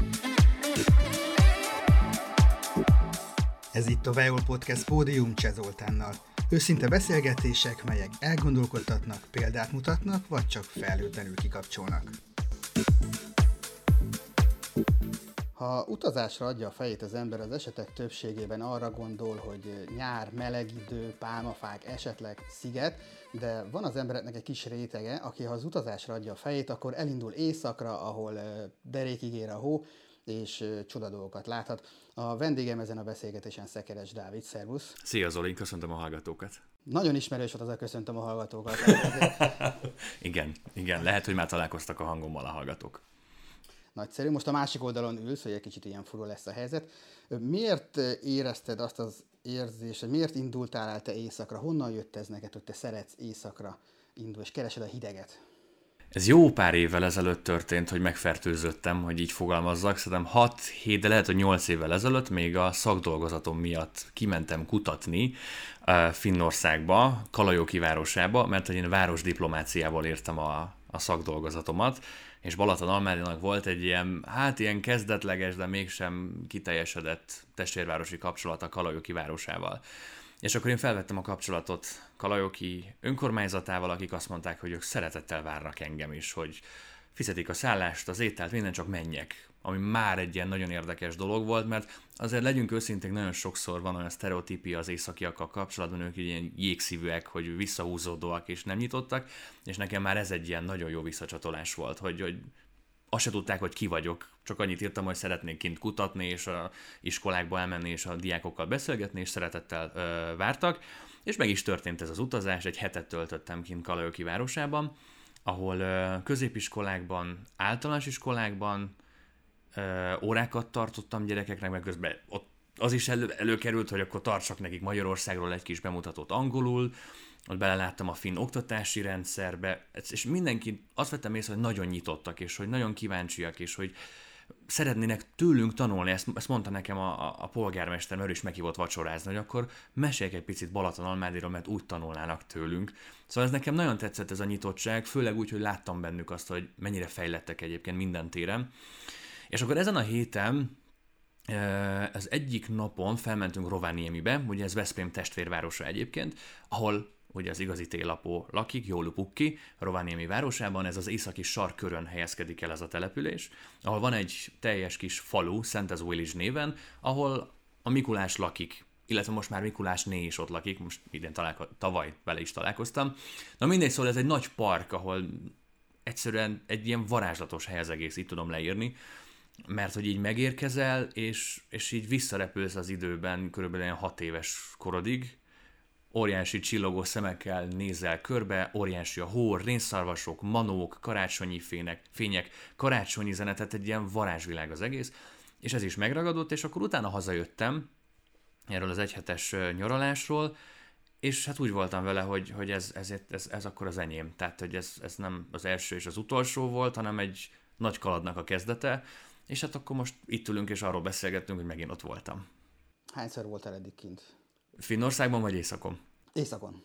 Ez itt a Vejol Podcast Pódium Cseh Zoltánnal. Őszinte beszélgetések, melyek elgondolkodtatnak, példát mutatnak, vagy csak felhőtlenül kikapcsolnak. Ha utazásra adja a fejét az ember, az esetek többségében arra gondol, hogy nyár, meleg idő, pálmafák, esetleg sziget, de van az embereknek egy kis rétege, aki ha az utazásra adja a fejét, akkor elindul északra, ahol derékig ér a hó, és csoda dolgokat láthat. A vendégem ezen a beszélgetésen Szekeres Dávid, szervusz! Szia Zoli, köszöntöm a hallgatókat! Nagyon ismerős volt az a köszöntöm a hallgatókat. Igen, lehet, hogy már találkoztak a hangommal a hallgatók. Nagyszerű, most a másik oldalon ülsz, hogy egy kicsit ilyen furó lesz a helyzet. Miért érezted azt az érzést, miért indultál el te északra? Honnan jött ez neked, hogy te szeretsz északra indulni, és keresed a hideget? Ez jó pár évvel ezelőtt történt, hogy megfertőzöttem, hogy így fogalmazzak. Szerintem 6-7, de lehet, hogy 8 évvel ezelőtt még a szakdolgozatom miatt kimentem kutatni Finnországba, Kalajoki városába, mert hogy én városdiplomáciával írtam a szakdolgozatomat, és Balatonalmádinak volt egy ilyen kezdetleges, de mégsem kiteljesedett testvérvárosi kapcsolata Kalajoki városával. És akkor én felvettem a kapcsolatot Kalajoki önkormányzatával, akik azt mondták, hogy ők szeretettel várnak engem is, hogy fizetik a szállást, az ételt, minden, csak menjek. Ami már egy ilyen nagyon érdekes dolog volt, mert azért legyünk őszinték, nagyon sokszor van olyan sztereotípia az északiakkal kapcsolatban, ők ilyen jégszívűek, hogy visszahúzódóak és nem nyitottak, és nekem már ez egy ilyen nagyon jó visszacsatolás volt, hogy azt se tudták, hogy ki vagyok, csak annyit írtam, hogy szeretnék kint kutatni, és a iskolákba elmenni, és a diákokkal beszélgetni, és szeretettel vártak, és meg is történt ez az utazás, egy hetet töltöttem kint Kalajoki városában, ahol középiskolákban, általános iskolákban órákat tartottam gyerekeknek, meg közben ott az is előkerült, hogy akkor tartsak nekik Magyarországról egy kis bemutatót angolul, ott beleláttam a finn oktatási rendszerbe, és mindenki azt vettem észre, hogy nagyon nyitottak, és hogy nagyon kíváncsiak, és hogy szeretnének tőlünk tanulni, ezt mondta nekem a polgármester, mert ő is meghívott vacsorázni, hogy akkor meséljek egy picit Balatonalmádiról, mert úgy tanulnának tőlünk. Szóval ez nekem nagyon tetszett ez a nyitottság, főleg úgy, hogy láttam bennük azt, hogy mennyire fejlettek egyébként minden téren. És akkor ezen a héten az egyik napon felmentünk Rovaniemibe, ugye ez Veszprém testvérvárosa egyébként, ahol ugye az igazi télapó lakik, Joulupukki, Rovaniemi városában, ez az északi sarkkörön helyezkedik el ez a település, ahol van egy teljes kis falu, Szentezújlizs néven, ahol a Mikulás lakik, illetve most már Mikulásné is ott lakik, most idén tavaly vele is találkoztam. Na mindegy, szóval ez egy nagy park, ahol egyszerűen egy ilyen varázslatos hely az egész, így tudom leírni, mert hogy így megérkezel, és így visszarepülsz az időben körülbelül 6 éves korodig, óriási csillogó szemekkel nézel körbe, óriási a hó, rénszarvasok, manók, karácsonyi fények, karácsonyi zene, tehát egy ilyen varázsvilág az egész, és ez is megragadott, és akkor utána hazajöttem erről az egyhetes nyaralásról, és hát úgy voltam vele, hogy ez akkor az enyém, tehát hogy ez nem az első és az utolsó volt, hanem egy nagy kalandnak a kezdete, és hát akkor most itt ülünk, és arról beszélgettünk, hogy megint ott voltam. Hányszor voltál eddig kint? Finnországban vagy Északon? Északon.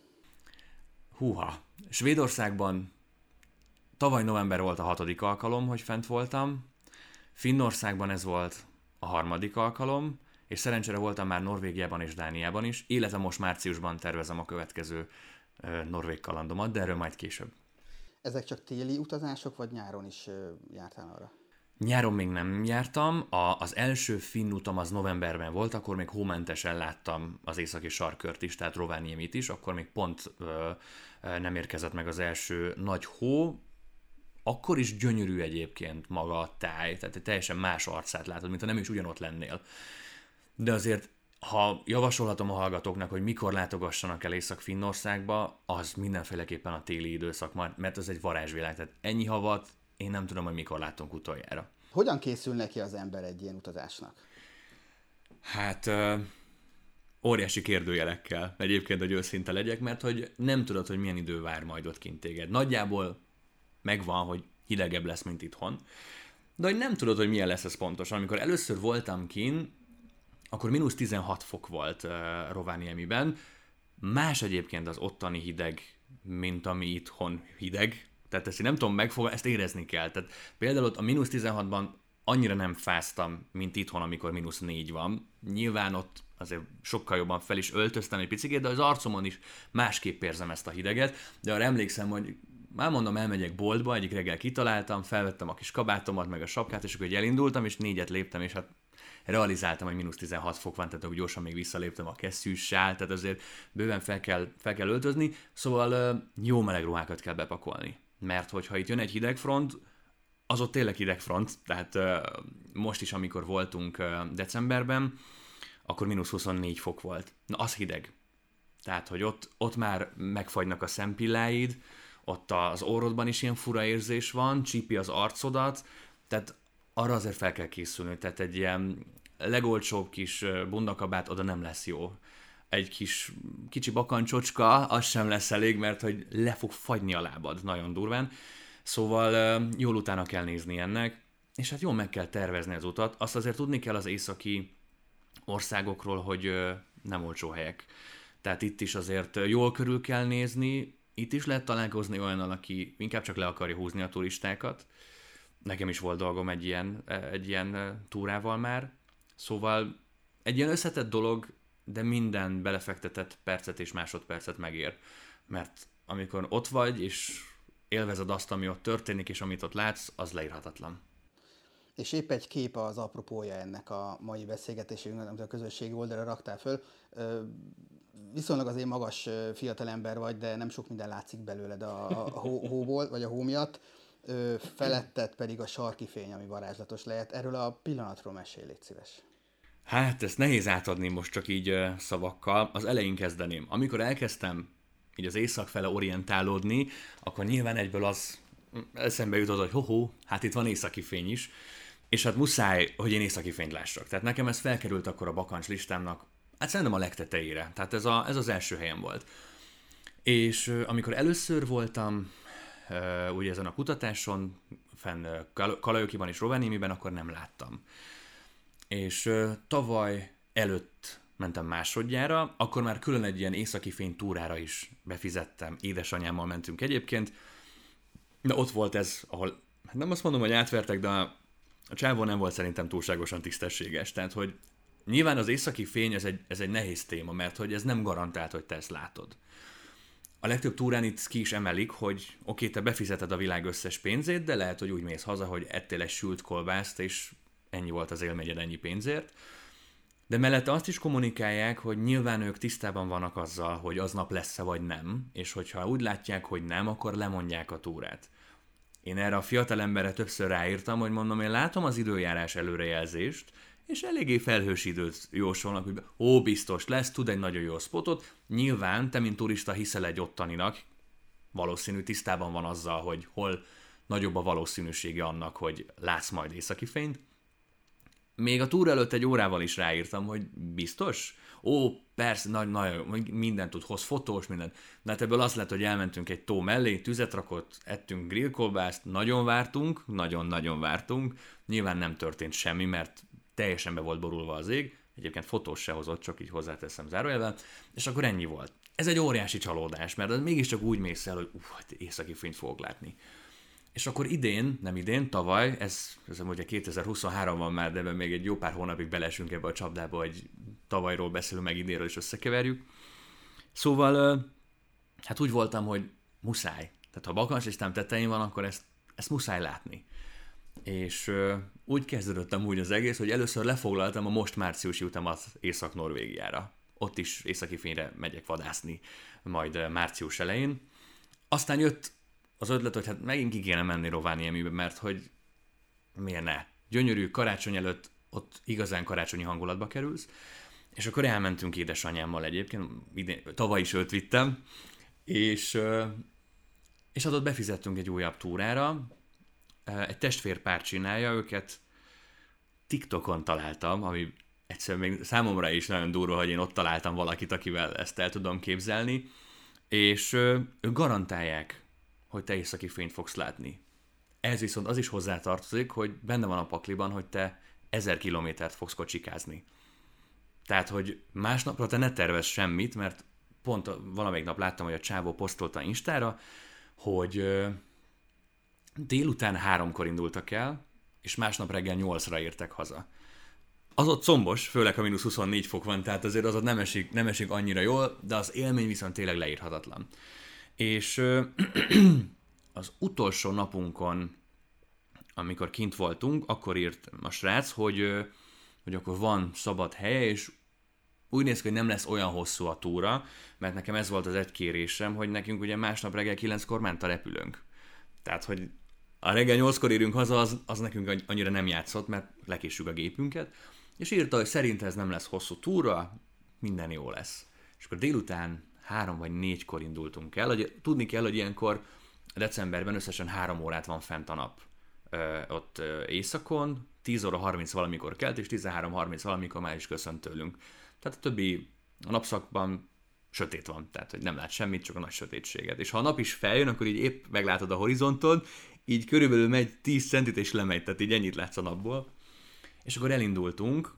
Húha. Svédországban tavaly november volt a 6. alkalom, hogy fent voltam. Finnországban ez volt a 3. alkalom, és szerencsére voltam már Norvégiában és Dániában is, illetve most márciusban tervezem a következő norvég kalandomat, de erről majd később. Ezek csak téli utazások, vagy nyáron is jártál arra? Nyáron még nem jártam, az első finn utam az novemberben volt, akkor még hómentesen láttam az északi sarkkört is, tehát Rovaniemit is, akkor még pont nem érkezett meg az első nagy hó, akkor is gyönyörű egyébként maga a táj, tehát egy teljesen más arcát látod, mint ha nem is ugyanott lennél. De azért, ha javasolhatom a hallgatóknak, hogy mikor látogassanak el Észak-Finnországba, az mindenféleképpen a téli időszak, mert ez egy varázsvilág, tehát ennyi havat, én nem tudom, hogy mikor látunk utoljára. Hogyan készül neki az ember egy ilyen utazásnak? Hát óriási kérdőjelekkel egyébként, hogy őszinte legyek, mert hogy nem tudod, hogy milyen idő vár majd ott kint téged. Nagyjából megvan, hogy hidegebb lesz, mint itthon, de hogy nem tudod, hogy milyen lesz ez pontosan. Amikor először voltam kint, akkor -16 fok volt Rovaniemiben. Más egyébként az ottani hideg, mint ami itthon hideg. Tehát ezt én nem tudom megfogalmazni, ezt érezni kell. Tehát például ott a -16-ban annyira nem fáztam, mint itthon, amikor -4 van. Nyilván ott azért sokkal jobban fel is öltöztem egy picit, de az arcomon is másképp érzem ezt a hideget, de arra emlékszem, hogy már mondom, elmegyek boltba, egyik reggel kitaláltam, felvettem a kis kabátomat, meg a sapkát, és akkor elindultam, és 4-et léptem, és hát realizáltam, hogy -16 fok van, tehát gyorsan még visszaléptem a kesztyűssel, tehát azért bőven fel kell öltözni, szóval jó meleg ruhákat kell bepakolni. Mert hogyha itt jön egy hidegfront, az ott tényleg hidegfront, tehát most is, amikor voltunk decemberben, akkor -24 fok volt. Na, az hideg. Tehát, hogy ott már megfagynak a szempilláid, ott az orrodban is ilyen fura érzés van, csípi az arcodat, tehát arra azért fel kell készülni, tehát egy ilyen legolcsóbb kis bundakabát oda nem lesz jó. Egy kicsi bakancsocska, az sem lesz elég, mert hogy le fog fagyni a lábad nagyon durván. Szóval jól utána kell nézni ennek, és hát jól meg kell tervezni az utat. Azt azért tudni kell az északi országokról, hogy nem olcsó helyek. Tehát itt is azért jól körül kell nézni, itt is lehet találkozni olyannal, aki inkább csak le akarja húzni a turistákat. Nekem is volt dolgom egy ilyen túrával már. Szóval egy ilyen összetett dolog, de minden belefektetett percet és másodpercet megér. Mert amikor ott vagy, és élvezed azt, ami ott történik, és amit ott látsz, az leírhatatlan. És épp egy kép az apropója ennek a mai beszélgetésünknek, amit a közösségi oldalra raktál föl. Viszonylag azért magas fiatalember vagy, de nem sok minden látszik belőled a hóból, vagy a hó miatt. Feletted pedig a sarki fény, ami varázslatos lehet. Erről a pillanatról mesélj, légy szíves. Hát, ezt nehéz átadni most csak így szavakkal. Az elején kezdeném. Amikor elkezdtem így az észak fele orientálódni, akkor nyilván egyből az eszembe jutott, hogy hát itt van északi fény is, és hát muszáj, hogy én északi fényt lássak. Tehát nekem ez felkerült akkor a bakancs listámnak, hát szerintem a legtetejére. Tehát ez az első helyen volt. És amikor először voltam ugye ezen a kutatáson, fenn Kalajokiban és Rovaniemiben, akkor nem láttam. És tavaly előtt mentem másodjára, akkor már külön egy ilyen északi fény túrára is befizettem. Édesanyámmal mentünk egyébként, de ott volt ez, ahol nem azt mondom, hogy átvertek, de a csávó nem volt szerintem túlságosan tisztességes. Tehát, hogy nyilván az északi fény ez egy nehéz téma, mert hogy ez nem garantált, hogy te ezt látod. A legtöbb túrán itt ki is emelik, hogy oké, te befizeted a világ összes pénzét, de lehet, hogy úgy mész haza, hogy ettél egy sült kolbászt, és ennyi volt az élményed ennyi pénzért. De mellette azt is kommunikálják, hogy nyilván ők tisztában vannak azzal, hogy aznap lesz-e vagy nem, és hogyha úgy látják, hogy nem, akkor lemondják a túrát. Én erre a fiatal emberre többször ráírtam, hogy mondom, én látom az időjárás előrejelzést, és eléggé felhős időt jósolnak, hogy biztos lesz, tud egy nagyon jó spotot. Nyilván te, mint turista hiszel egy ottaninak, valószínű tisztában van azzal, hogy hol nagyobb a valószínűsége annak, hogy látsz majd északi fényt. Még a túra előtt egy órával is ráírtam, hogy biztos? Persze, nagyon, mindent tud, hoz fotós, mindent. De hát ebből az lett, hogy elmentünk egy tó mellé, tüzet rakott, ettünk grillkolbászt, nagyon vártunk, nagyon-nagyon vártunk. Nyilván nem történt semmi, mert teljesen be volt borulva az ég, egyébként fotós se hozott, csak így hozzáteszem zárójelvel, és akkor ennyi volt. Ez egy óriási csalódás, mert mégiscsak úgy mész el, hogy hát északi fényt fogok látni. És akkor tavaly, ez ugye 2023 van már, de ebben még egy jó pár hónapig belesünk ebbe a csapdába, hogy tavalyról beszélünk, meg idénről is összekeverjük. Szóval, hát úgy voltam, hogy muszáj. Tehát ha bakancslistám tetején van, akkor ezt muszáj látni. És úgy kezdődött amúgy az egész, hogy először lefoglaltam a most márciusi utamat Észak-Norvégiára. Ott is északi fényre megyek vadászni, majd március elején. Aztán jött az ötlet, hogy hát megint ki kéne menni Rovaniemibe, mert hogy miért ne? Gyönyörű, karácsony előtt ott igazán karácsonyi hangulatba kerülsz, és akkor elmentünk édesanyámmal egyébként, tavaly is őt vittem, és ott befizettünk egy újabb túrára, egy testvérpár csinálja, őket TikTokon találtam, ami egyszerűen még számomra is nagyon durva, hogy én ott találtam valakit, akivel ezt el tudom képzelni, és ők garantálják, hogy te északi fényt fogsz látni. Ez viszont az is hozzátartozik, hogy benne van a pakliban, hogy te 1000 kilométert fogsz kocsikázni. Tehát, hogy másnapra te ne tervezz semmit, mert pont valamelyik nap láttam, hogy a csávó posztolta Instára, hogy délután 3-kor indultak el, és másnap reggel 8-ra értek haza. Az ott combos, főleg ha -24 fok van, tehát azért az ott nem esik annyira jól, de az élmény viszont tényleg leírhatatlan. És az utolsó napunkon, amikor kint voltunk, akkor írt a srác, hogy akkor van szabad helye, és úgy néz ki, hogy nem lesz olyan hosszú a túra, mert nekem ez volt az egy kérésem, hogy nekünk ugye másnap reggel 9-kor ment a repülőnk. Tehát, hogy a reggel 8-kor érünk haza, az nekünk annyira nem játszott, mert lekéssük a gépünket, és írta, hogy szerint ez nem lesz hosszú túra, minden jó lesz. És akkor délután 3 vagy 4-kor indultunk el. Tudni kell, hogy ilyenkor decemberben összesen 3 órát van fent a nap ott északon, 10 óra 30 valamikor kelt, és 13:30 valamikor már is köszönt tőlünk. Tehát a többi napszakban sötét van, tehát hogy nem lát semmit, csak a nagy sötétséget. És ha a nap is feljön, akkor így épp meglátod a horizonton, így körülbelül megy 10 centit és lemegy, tehát így ennyit látsz a napból. És akkor elindultunk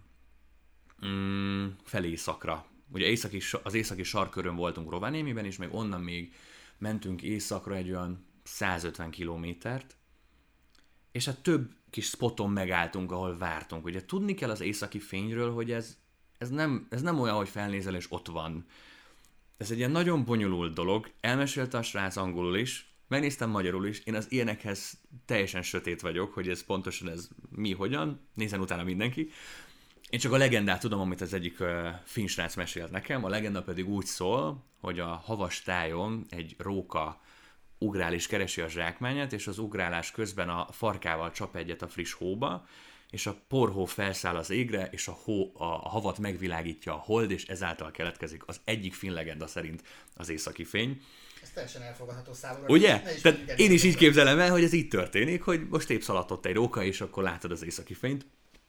felé északra. Ugye az északi sarkkörön voltunk Rovaniemiben, és meg onnan még mentünk északra egy olyan 150 kilométert, és hát több kis spoton megálltunk, ahol vártunk. Ugye tudni kell az északi fényről, hogy ez nem olyan, hogy felnézel és ott van. Ez egy ilyen nagyon bonyolult dolog. Elmesélte a srác angolul is, megnéztem magyarul is, én az ilyenekhez teljesen sötét vagyok, hogy ez pontosan ez mi, hogyan, nézzen utána mindenki. Én csak a legendát tudom, amit az egyik finn srác mesélt nekem, a legenda pedig úgy szól, hogy a havas tájon egy róka ugrál és keresi a zsákmányát, és az ugrálás közben a farkával csap egyet a friss hóba, és a porhó felszáll az égre, és a havat megvilágítja a hold, és ezáltal keletkezik az egyik finn legenda szerint az északi fény. Ez teljesen elfogadható számomra. Ugye? Tehát én is így képzelem el, hogy ez így történik, hogy most épp szaladt ott egy róka, és akkor látod az északi fényt.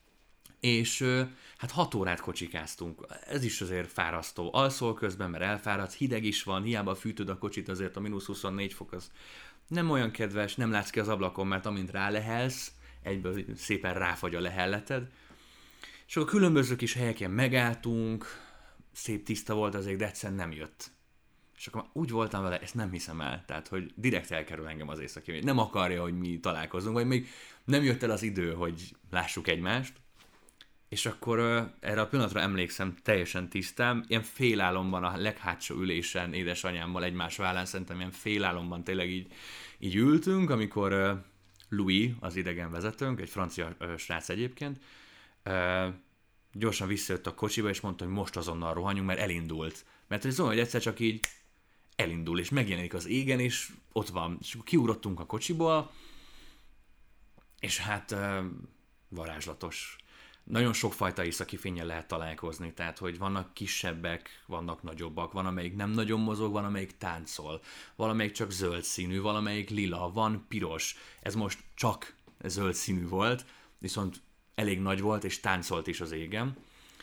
És hát 6 órát kocsikáztunk. Ez is azért fárasztó. Alszol közben, mert elfáradsz, hideg is van, hiába fűtöd a kocsit, azért a -24 fok az nem olyan kedves, nem látsz ki az ablakon, mert amint rálehelsz, egyből szépen ráfagy a lehelleted. És akkor különböző kis helyeken megálltunk, szép tiszta volt az ég, de egyszerűen nem jött. És akkor úgy voltam vele, ezt nem hiszem el, tehát hogy direkt elkerül engem az északi. Nem akarja, hogy mi találkozunk, vagy még nem jött el az idő, hogy lássuk egymást. És akkor erre a pillanatra emlékszem teljesen tisztán, ilyen félálomban a leghátsó ülésen édesanyámmal egymás vállán, szerintem ilyen félálomban tényleg így ültünk, amikor Louis, az idegenvezetőnk, egy francia srác egyébként, gyorsan visszajött a kocsiba, és mondta, hogy most azonnal rohanjunk, mert elindult. Mert ez olyan, hogy egyszer csak így elindul, és megjelenik az égen, és ott van. És akkor kiugrottunk a kocsiból, és hát varázslatos. Nagyon sokfajta északi fénnyel lehet találkozni, tehát hogy vannak kisebbek, vannak nagyobbak, van amelyik nem nagyon mozog, van amelyik táncol, valamelyik csak zöld színű, valamelyik lila, van piros. Ez most csak zöld színű volt, viszont elég nagy volt, és táncolt is az égen.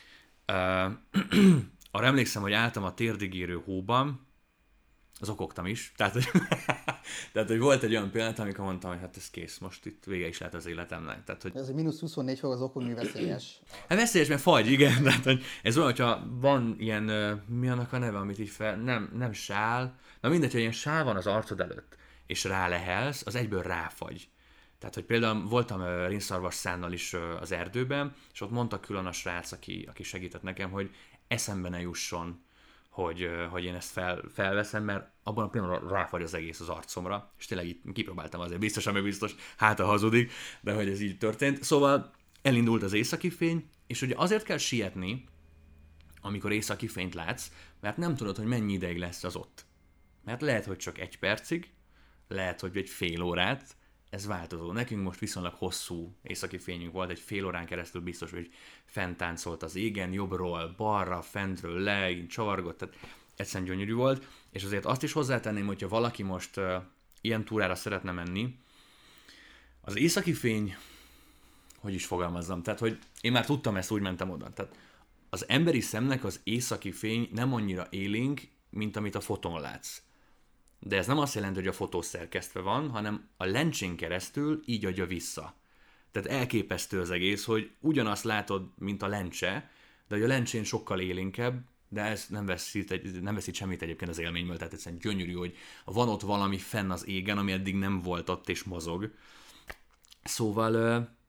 Arra emlékszem, hogy álltam a térdig érő hóban, zokogtam is, tehát hogy volt egy olyan pillanat, amikor mondtam, hogy hát ez kész, most itt vége is lehet az életemnek. Tehát, hogy... Ez, hogy -24 fok az okogni veszélyes. Hát veszélyes, mert fagy, igen. Tehát, hogy ez olyan, hogyha van ilyen, mi annak a neve, amit így nem sál, na mindegy, hogy ilyen sál van az arcod előtt, és rálehelsz, az egyből ráfagy. Tehát, hogy például voltam rénszarvas szánnal is az erdőben, és ott mondta külön a srác, aki segített nekem, hogy eszembe ne jusson, hogy én ezt felveszem, mert abban a pillanatban ráfagy az egész az arcomra, és tényleg így kipróbáltam azért, biztos, ami biztos, hát a hazudik, de hogy ez így történt. Szóval elindult az északi fény, és ugye azért kell sietni, amikor északi fényt látsz, mert nem tudod, hogy mennyi ideig lesz az ott. Mert lehet, hogy csak 1 percig, lehet, hogy egy fél órát, ez változó. Nekünk most viszonylag hosszú északi fényünk volt, egy fél órán keresztül biztos, hogy fent táncolt az égen, jobbról, balra, fentről, le, így csavargott, tehát egyszerűen gyönyörű volt, és azért azt is hozzátenném, hogyha valaki most ilyen túrára szeretne menni, az északi fény, hogy is fogalmazzam, tehát hogy én már tudtam ezt, úgy mentem oda, tehát az emberi szemnek az északi fény nem annyira élénk, mint amit a fotón látsz. De ez nem azt jelenti, hogy a fotó szerkesztve van, hanem a lencsén keresztül így adja vissza. Tehát elképesztő az egész, hogy ugyanazt látod, mint a lencse, de hogy a lencsén sokkal élénkebb, de ez nem veszít semmit egyébként az élményből, tehát egyszerűen gyönyörű, hogy van ott valami fenn az égen, ami eddig nem volt ott és mozog. Szóval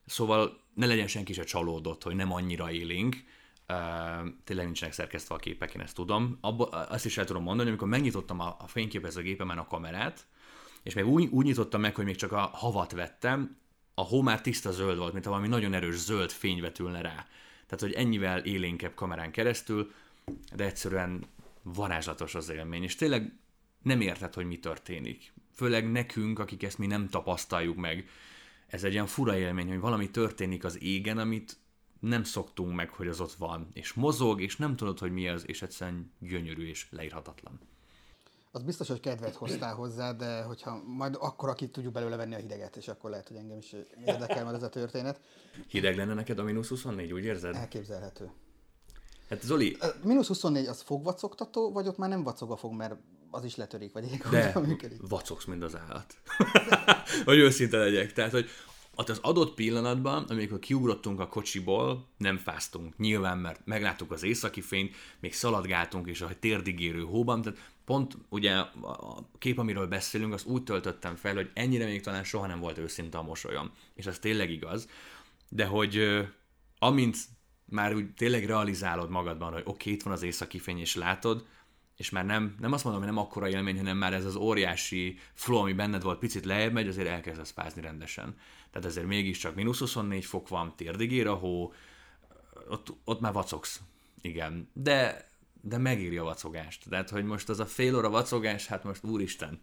Szóval ne legyen senki se csalódott, hogy nem annyira élénk, tényleg nincsenek szerkesztve a képek, én ezt tudom. Azt is el tudom mondani, amikor megnyitottam a fényképezőgépemen a kamerát, és még úgy nyitottam meg, hogy még csak a havat vettem, a hó már tiszta zöld volt, mint ha valami nagyon erős zöld fény vetülne rá. Tehát, hogy ennyivel élénkebb kamerán keresztül, de egyszerűen varázslatos az élmény, és tényleg nem érted, hogy mi történik. Főleg nekünk, akik ezt mi nem tapasztaljuk meg, ez egy ilyen fura élmény, hogy valami történik az égen, amit nem szoktunk meg, hogy az ott van, és mozog, és nem tudod, hogy mi az, és egyszerűen gyönyörű és leírhatatlan. Az biztos, hogy kedvet hoztál hozzá, de hogyha majd akkor, akit tudjuk belőle venni a hideget, és akkor lehet, hogy engem is érdekel majd ez a történet. Hideg lenne neked a -24, úgy érzed? Elképzelhető. Hát Zoli... -24 az fogvacogtató, vagy ott már nem vacog a fog, mert az is letörik, vagy így de vacogsz, mint az állat. Hogy őszinte legyek. Tehát, hogy az adott pillanatban, amikor kiugrottunk a kocsiból, nem fáztunk. Nyilván, mert megláttuk az északi fényt, még szaladgáltunk, és a térdigérő hóban. Tehát pont ugye a kép, amiről beszélünk, azt úgy töltöttem fel, hogy ennyire még talán soha nem volt őszinte a mosolyom. És ez tényleg igaz. De hogy amint már úgy tényleg realizálod magadban, hogy oké, itt van az északi fény, és látod, és már nem azt mondom, hogy nem akkora élmény, hanem már ez az óriási flow, ami benned volt, picit lejjebb megy, azért elkezdesz fázni rendesen. Tehát ezért mégiscsak -24 fok van, térdig ér a hó, ott már vacogsz. Igen. De megéri a vacogást. Tehát, hogy most az a fél óra vacogás, hát most úristen.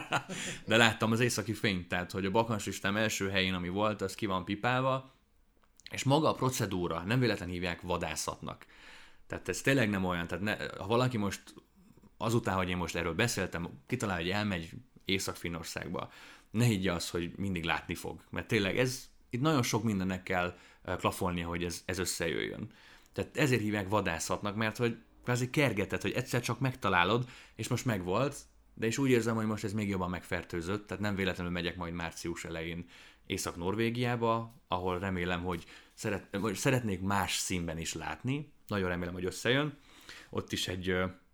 De láttam az északi fényt, tehát, hogy a bakancslistám első helyén, ami volt, az ki van pipálva, és maga a procedúra, nem véletlen hívják vadászatnak. Tehát ez tényleg nem olyan, tehát ha valaki most azután, hogy én most erről beszéltem, kitalál, hogy elmegy Észak-Finnországba, ne higgye azt, hogy mindig látni fog. Mert tényleg itt nagyon sok mindennek kell klafolnia, hogy ez összejöjjön. Tehát ezért hívják vadászatnak, mert hogy kvázi kergeted, hogy egyszer csak megtalálod, és most megvolt, de és úgy érzem, hogy most ez még jobban megfertőzött, tehát nem véletlenül megyek majd március elején Észak-Norvégiában, ahol remélem, hogy szeretnék más színben is látni. Nagyon remélem, hogy összejön. Ott is egy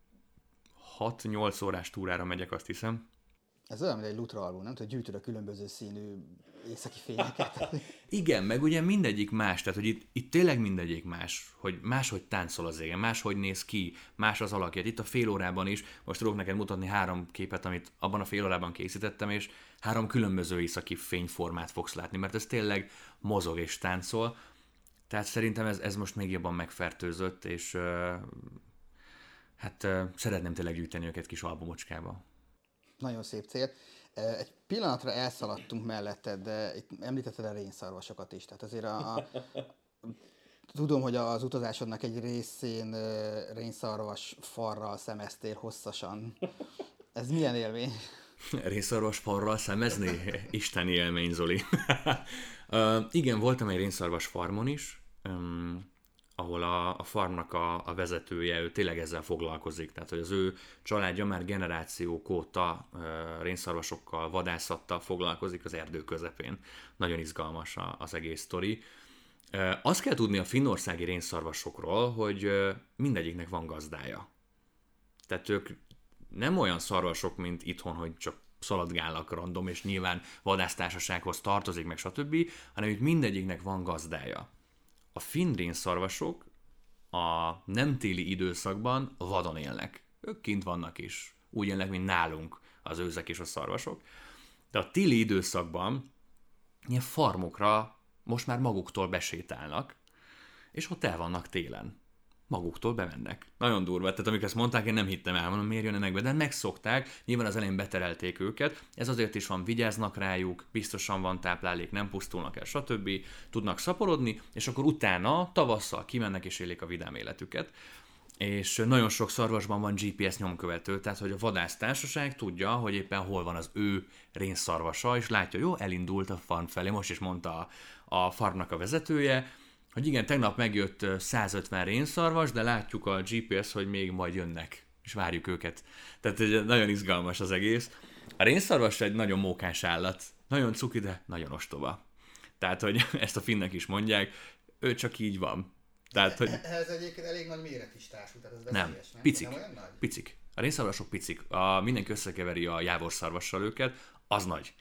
6-8 órás túrára megyek, azt hiszem. Ez olyan, mint egy Lutra album, nem tudom, gyűjtöd a különböző színű északi fényeket. Igen, meg ugye mindegyik más, tehát hogy itt tényleg mindegyik más, hogy máshogy táncol az égen, máshogy néz ki, más az alakja. Itt a fél órában is, most tudok neked mutatni 3 képet, amit abban a fél órában készítettem, és 3 különböző északi fényformát fogsz látni, mert ez tényleg mozog és táncol. Tehát szerintem ez most még jobban megfertőzött, és szeretném tényleg gyűjteni őket kis albumocskába. Nagyon szép cél. Egy pillanatra elszaladtunk mellette, de itt említetted a rénszarvasokat is. Tehát azért tudom, hogy az utazásodnak egy részén rénszarvas farral szemeztél hosszasan. Ez milyen élmény? Rénszarvas farral szemezni? Isteni élmény, Zoli. Igen, voltam egy rénszarvas farmon is, ahol a farmnak a vezetője, ő tényleg ezzel foglalkozik, tehát hogy az ő családja már generációk óta rénszarvasokkal, vadászattal foglalkozik az erdő közepén. Nagyon izgalmas az egész sztori. Azt kell tudni a finnországi rénszarvasokról, hogy mindegyiknek van gazdája. Tehát ők nem olyan szarvasok, mint itthon, hogy csak szaladgálnak random, és nyilván vadásztársasághoz tartozik, meg stb., hanem itt mindegyiknek van gazdája. A finn rénszarvasok a nem téli időszakban vadon élnek. Ők kint vannak is. Úgy élnek, mint nálunk az őzek és a szarvasok. De a téli időszakban ilyen farmokra most már maguktól besétálnak, és ott el vannak télen. Maguktól bemennek. Nagyon durva. Tehát amikor ezt mondták, én nem hittem el, mondom, miért jönnek be, de megszokták, nyilván az elején beterelték őket, ez azért is van, vigyáznak rájuk, biztosan van táplálék, nem pusztulnak el, stb. Tudnak szaporodni, és akkor utána tavasszal kimennek és élik a vidám életüket. És nagyon sok szarvasban van GPS nyomkövető, tehát hogy a vadásztársaság tudja, hogy éppen hol van az ő rénszarvasa, és látja, jó, elindult a farm felé, most is mondta a farmnak a vezetője, hogy igen, tegnap megjött 150 rénszarvas, de látjuk a GPS, hogy még majd jönnek, és várjuk őket. Tehát nagyon izgalmas az egész. A rénszarvas egy nagyon mókás állat, nagyon cuki, de nagyon ostoba. Tehát, hogy ezt a finnek is mondják, ő csak így van. Tehát, hogy... Ez egyébként elég nagy méret is társul, tehát ez veszélyes, nem? Picik. Nem olyan nagy? Picik. A rénszarvasok picik. Mindenki összekeveri a jávorszarvassal őket, az nagy.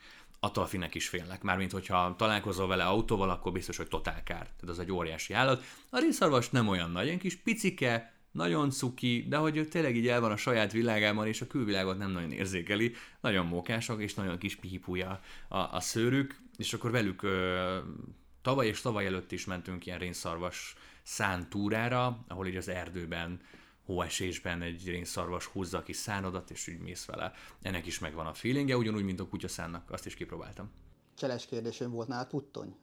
attól a finnek is félnek. Mármint, hogyha találkozol vele autóval, akkor biztos, hogy totál kár. Tehát az egy óriási állat. A rénszarvas nem olyan nagy, egy kis picike, nagyon cuki, de hogy ő tényleg így el van a saját világában, és a külvilágot nem nagyon érzékeli. Nagyon mókások, és nagyon kis pihipúja a szőrük, és akkor velük tavaly és tavaly előtt is mentünk ilyen rénszarvas szántúrára, ahol így az erdőben, hóesésben egy rénszarvas húzza a kis szánodat, és úgy mész vele. Ennek is megvan a feelingje, ugyanúgy, mint a kutyaszánnak, azt is kipróbáltam. Cseles kérdésem, volt nálad puttony?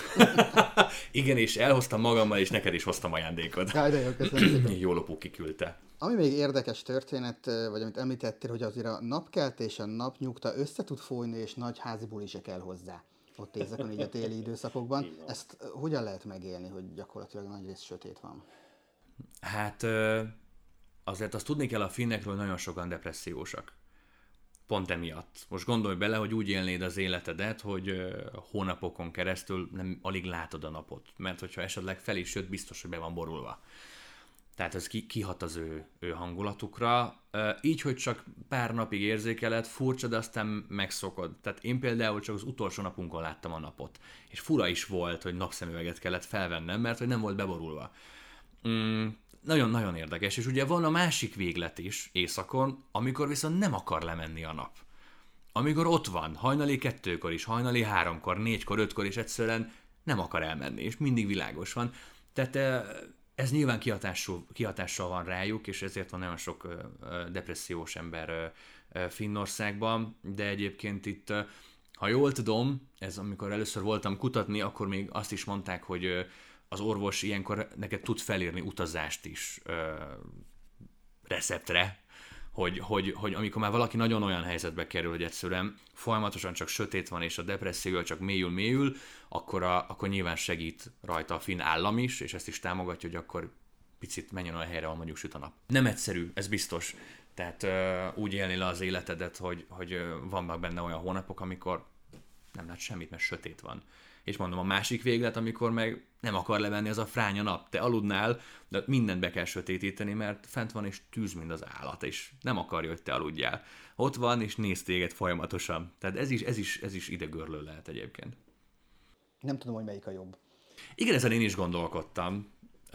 Igen, és elhoztam magammal, és neked is hoztam ajándékot. Jaj, de jó, köszönöm szépen. Jó lopó kiküldte. Ami még érdekes történet, vagy amit említettél, hogy azért a napkeltés, a napnyugta össze tud folyni, és nagy házi buli se kell hozzá. Ott éjszakon, így a téli időszakokban. Ezt hogyan lehet megélni, hogy gyakorlatilag nagy rész sötét van? Hát azért azt tudni kell a finnekről, nagyon sokan depressziósak. Pont emiatt. Most gondolj bele, hogy úgy élnéd az életedet, hogy hónapokon keresztül nem alig látod a napot. Mert hogyha esetleg fel is jött, biztos, hogy be van borulva. Tehát ez kihat az ő hangulatukra. Így, hogy csak pár napig érzékeled, furcsa, de aztán megszokod. Tehát én például csak az utolsó napunkon láttam a napot. És fura is volt, hogy napszemüveget kellett felvennem, mert hogy nem volt beborulva. Nagyon-nagyon érdekes. És ugye van a másik véglet is éjszakon, amikor viszont nem akar lemenni a nap. Amikor ott van, hajnali 2-kor is, hajnali 3-kor, 4-kor, 5-kor, és egyszerűen nem akar elmenni, és mindig világos van. Tehát ez nyilván kihatással van rájuk, és ezért van nagyon sok depressziós ember Finnországban, de egyébként itt, ha jól tudom, ez amikor először voltam kutatni, akkor még azt is mondták, hogy az orvos ilyenkor neked tud felírni utazást is receptre, hogy amikor már valaki nagyon olyan helyzetbe kerül, hogy egyszerűen folyamatosan csak sötét van, és a depresszióval csak mélyül, akkor nyilván segít rajta a finn állam is, és ezt is támogatja, hogy akkor picit menjen olyan helyre, ahol mondjuk süt a nap. Nem egyszerű, ez biztos. Tehát úgy élni le az életedet, hogy vannak benne olyan hónapok, amikor nem lát semmit, mert sötét van. És mondom, a másik véglet, amikor meg nem akar levenni az a fránya nap. Te aludnál, de mindent be kell sötétíteni, mert fent van és tűz, mint az állat, és nem akarja, hogy te aludjál. Ott van, és néz téged folyamatosan. Tehát ez is idegörlő lehet egyébként. Nem tudom, hogy melyik a jobb. Igen, ezen én is gondolkodtam.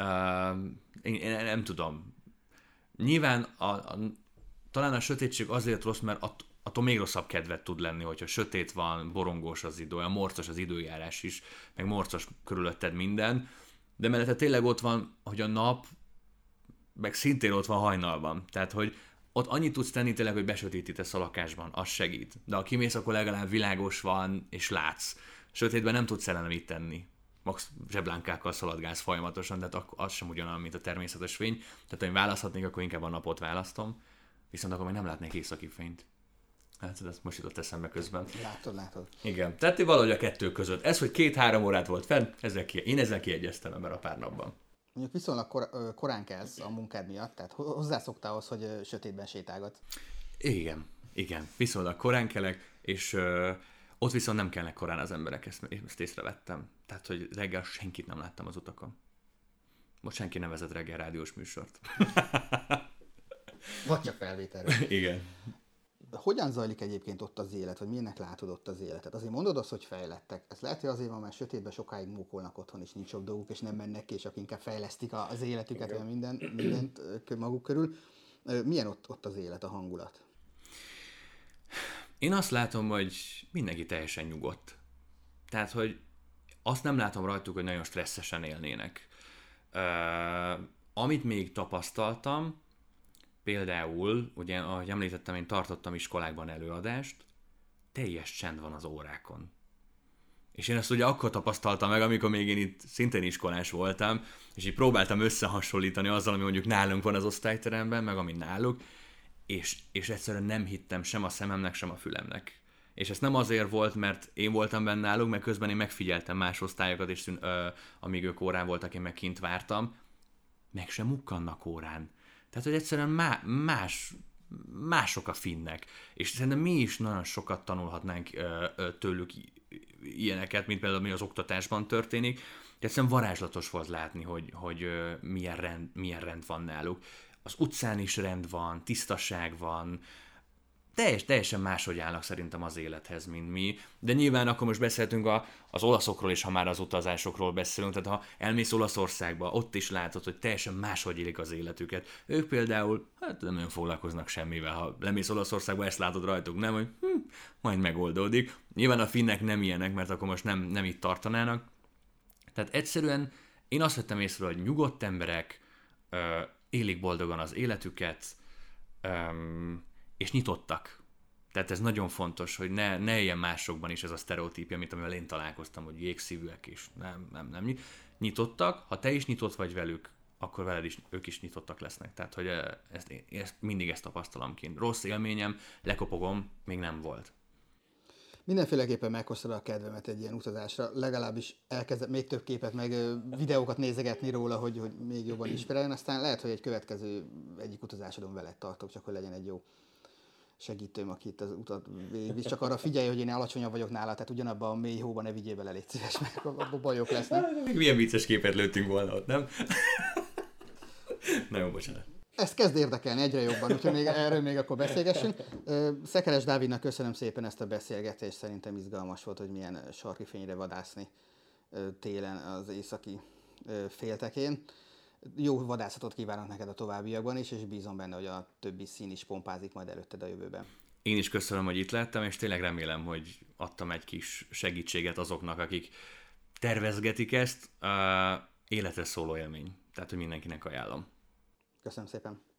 Én nem tudom. Nyilván talán a sötétség azért rossz, mert attól még rosszabb kedved tud lenni, hogyha sötét van, borongós az idő, olyan morcos az időjárás is, meg morcos körülötted minden, de mellette tényleg ott van, hogy a nap, meg szintén ott van hajnalban. Tehát, hogy ott annyit tudsz tenni tényleg, hogy besötétítesz a lakásban, az segít. De ha kimész, akkor legalább világos van, és látsz. Sötétben nem tudsz mit tenni. Max zseblánkákkal szaladgálsz folyamatosan, tehát az sem ugyanolyan, mint a természetes fény. Tehát, ha én választhatnék, akkor inkább a napot választom, viszont akkor még nem látnék északi fényt. Hát, ez most jutott eszembe közben. Látod. Igen, tehát valahogy a kettő között. Ez, hogy 2-3 órát volt fenn, én ezzel kiegyeztem ebben a pár napban. Mondjuk viszonylag korán kelsz a munkád miatt, tehát hozzászoktál ahhoz, hogy sötétben sétálgatsz. Igen. Viszonylag korán kelek, és ott viszont nem kelnek korán az emberek, ezt észrevettem. Tehát, hogy reggel senkit nem láttam az utakon. Most senki nem vezet reggel rádiós műsort. Vagy csak felvételről. Igen. Hogyan zajlik egyébként ott az élet, vagy milyennek látod ott az életet? Azért mondod azt, hogy fejlettek. Ez lehet, hogy azért van, mert sötétben sokáig mókolnak otthon, és nincs jobb dolguk, és nem mennek ki, és akkor inkább fejlesztik az életüket, vagy mindent maguk körül. Milyen ott az élet, a hangulat? Én azt látom, hogy mindenki teljesen nyugodt. Tehát, hogy azt nem látom rajtuk, hogy nagyon stresszesen élnének. Amit még tapasztaltam, például, ugye, ahogy említettem, én tartottam iskolákban előadást, teljes csend van az órákon. És én ezt ugye akkor tapasztaltam meg, amikor még én itt szintén iskolás voltam, és így próbáltam összehasonlítani azzal, ami mondjuk nálunk van az osztályteremben, meg ami náluk, és egyszerűen nem hittem sem a szememnek, sem a fülemnek. És ez nem azért volt, mert én voltam benne náluk, mert közben én megfigyeltem más osztályokat, és amíg ők órán voltak, én meg kint vártam, meg sem mukkannak órán. Tehát, hogy egyszerűen mások a finnek. És szerintem mi is nagyon sokat tanulhatnánk tőlük ilyeneket, mint például mi az oktatásban történik. De egyszerűen varázslatos volt látni, hogy milyen rend van náluk. Az utcán is rend van, tisztaság van, teljesen máshogy állnak szerintem az élethez, mint mi. De nyilván akkor most beszéltünk az olaszokról is, ha már az utazásokról beszélünk, tehát ha elmész Olaszországba, ott is látod, hogy teljesen máshogy élik az életüket. Ők például, hát nem nagyon foglalkoznak semmivel, ha lemész Olaszországba, ezt látod rajtuk, nem, hogy majd megoldódik. Nyilván a finnek nem ilyenek, mert akkor most nem itt tartanának. Tehát egyszerűen én azt vettem észre, hogy nyugodt emberek élik boldogan az életüket, és nyitottak. Tehát ez nagyon fontos, hogy ne éljen másokban is ez a sztereotípia, mint amivel én találkoztam, hogy jégszívűek is. Nem. Nyitottak, ha te is nyitott vagy velük, akkor veled is, ők is nyitottak lesznek. Tehát, hogy mindig ezt tapasztalom kint. Rossz élményem, lekopogom, még nem volt. Mindenféleképpen meghoztad a kedvemet egy ilyen utazásra, legalábbis elkezdett még több képet, meg videókat nézegetni róla, hogy még jobban ismerjen, aztán lehet, hogy egy következő egyik utazásodon veled tartok, csak hogy legyen egy jó segítőm, aki itt az utat végigvisz, csak arra figyelj, hogy én alacsonyabb vagyok nála, tehát ugyanabban a mély hóban ne vigyél bele, légy szíves, mert abban bajok lesznek. Milyen vicces képet lőttünk volna ott, nem? Nagyon bocsánat. Ezt kezd érdekelni egyre jobban, úgyhogy erről még akkor beszélgessünk. Szekeres Dávidnak köszönöm szépen ezt a beszélgetést, szerintem izgalmas volt, hogy milyen sarki fényre vadászni télen az északi féltekén. Jó vadászatot kívánok neked a továbbiakban is, és bízom benne, hogy a többi szín is pompázik majd előtted a jövőben. Én is köszönöm, hogy itt lettem, és tényleg remélem, hogy adtam egy kis segítséget azoknak, akik tervezgetik ezt. Életre szóló élmény, tehát hogy mindenkinek ajánlom. Köszönöm szépen.